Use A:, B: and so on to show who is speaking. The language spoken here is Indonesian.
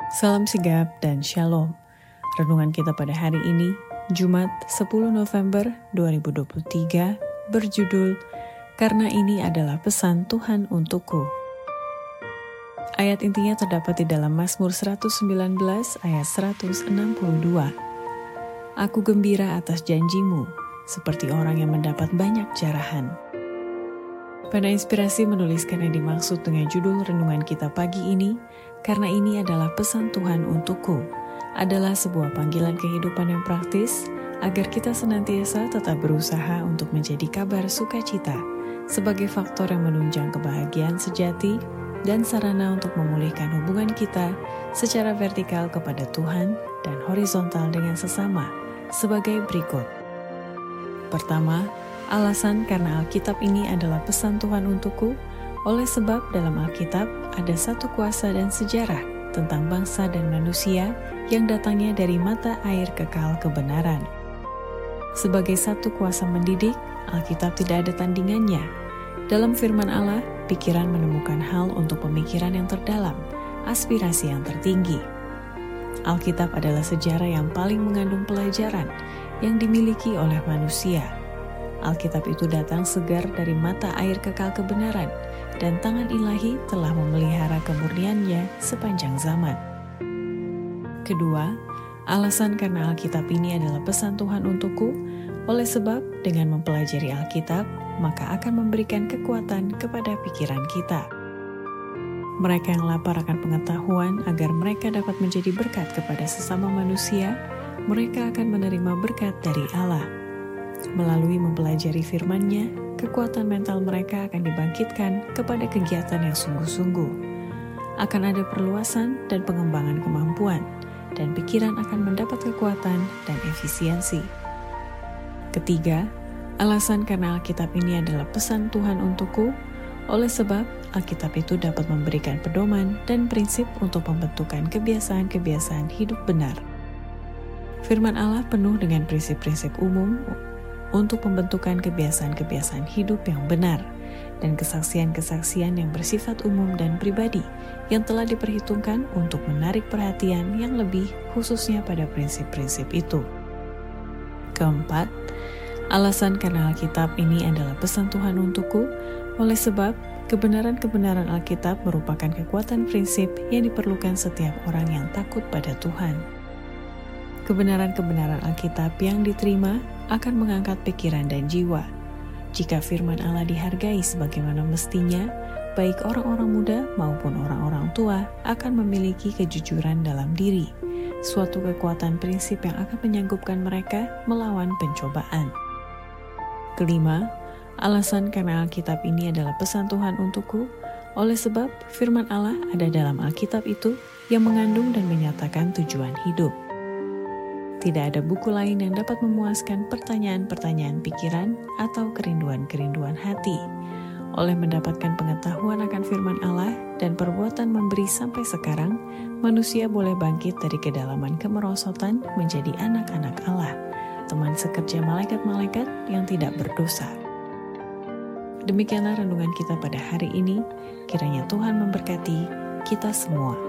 A: Salam sigap dan shalom. Renungan kita pada hari ini, Jumat 10 November 2023, berjudul Karena Ini Adalah Pesan Tuhan Untukku. Ayat intinya terdapat di dalam Mazmur 119 ayat 162. Aku gembira atas janjimu, seperti orang yang mendapat banyak jarahan. Pada Inspirasi menuliskan yang dimaksud dengan judul renungan kita pagi ini, karena ini adalah pesan Tuhan untukku, adalah sebuah panggilan kehidupan yang praktis, agar kita senantiasa tetap berusaha untuk menjadi kabar sukacita, sebagai faktor yang menunjang kebahagiaan sejati, dan sarana untuk memulihkan hubungan kita secara vertikal kepada Tuhan dan horizontal dengan sesama, sebagai berikut. Pertama, alasan karena Alkitab ini adalah pesan Tuhan untukku, oleh sebab dalam Alkitab ada satu kuasa dan sejarah tentang bangsa dan manusia yang datangnya dari mata air kekal kebenaran. Sebagai satu kuasa mendidik, Alkitab tidak ada tandingannya. Dalam firman Allah, pikiran menemukan hal untuk pemikiran yang terdalam, aspirasi yang tertinggi. Alkitab adalah sejarah yang paling mengandung pelajaran yang dimiliki oleh manusia. Alkitab itu datang segar dari mata air kekal kebenaran, dan tangan ilahi telah memelihara kemurniannya sepanjang zaman. Kedua, alasan karena Alkitab ini adalah pesan Tuhan untukku, oleh sebab dengan mempelajari Alkitab, maka akan memberikan kekuatan kepada pikiran kita. Mereka yang lapar akan pengetahuan agar mereka dapat menjadi berkat kepada sesama manusia, mereka akan menerima berkat dari Allah. Melalui mempelajari firman-Nya, kekuatan mental mereka akan dibangkitkan kepada kegiatan yang sungguh-sungguh. Akan ada perluasan dan pengembangan kemampuan, dan pikiran akan mendapat kekuatan dan efisiensi. Ketiga, alasan karena Alkitab ini adalah pesan Tuhan untukku, oleh sebab Alkitab itu dapat memberikan pedoman dan prinsip untuk pembentukan kebiasaan-kebiasaan hidup benar. Firman Allah penuh dengan prinsip-prinsip umum untuk pembentukan kebiasaan-kebiasaan hidup yang benar dan kesaksian-kesaksian yang bersifat umum dan pribadi yang telah diperhitungkan untuk menarik perhatian yang lebih khususnya pada prinsip-prinsip itu. Keempat, alasan karena Alkitab ini adalah pesan Tuhan untukku, oleh sebab kebenaran-kebenaran Alkitab merupakan kekuatan prinsip yang diperlukan setiap orang yang takut pada Tuhan. Kebenaran-kebenaran Alkitab yang diterima akan mengangkat pikiran dan jiwa. Jika firman Allah dihargai sebagaimana mestinya, baik orang-orang muda maupun orang-orang tua akan memiliki kejujuran dalam diri, suatu kekuatan prinsip yang akan menyanggupkan mereka melawan pencobaan. Kelima, alasan karena Alkitab ini adalah pesan Tuhan untukku, oleh sebab firman Allah ada dalam Alkitab itu yang mengandung dan menyatakan tujuan hidup. Tidak ada buku lain yang dapat memuaskan pertanyaan-pertanyaan pikiran atau kerinduan-kerinduan hati. Oleh mendapatkan pengetahuan akan firman Allah dan perbuatan memberi sampai sekarang, manusia boleh bangkit dari kedalaman kemerosotan menjadi anak-anak Allah, teman sekerja malaikat-malaikat yang tidak berdosa. Demikianlah renungan kita pada hari ini. Kiranya Tuhan memberkati kita semua.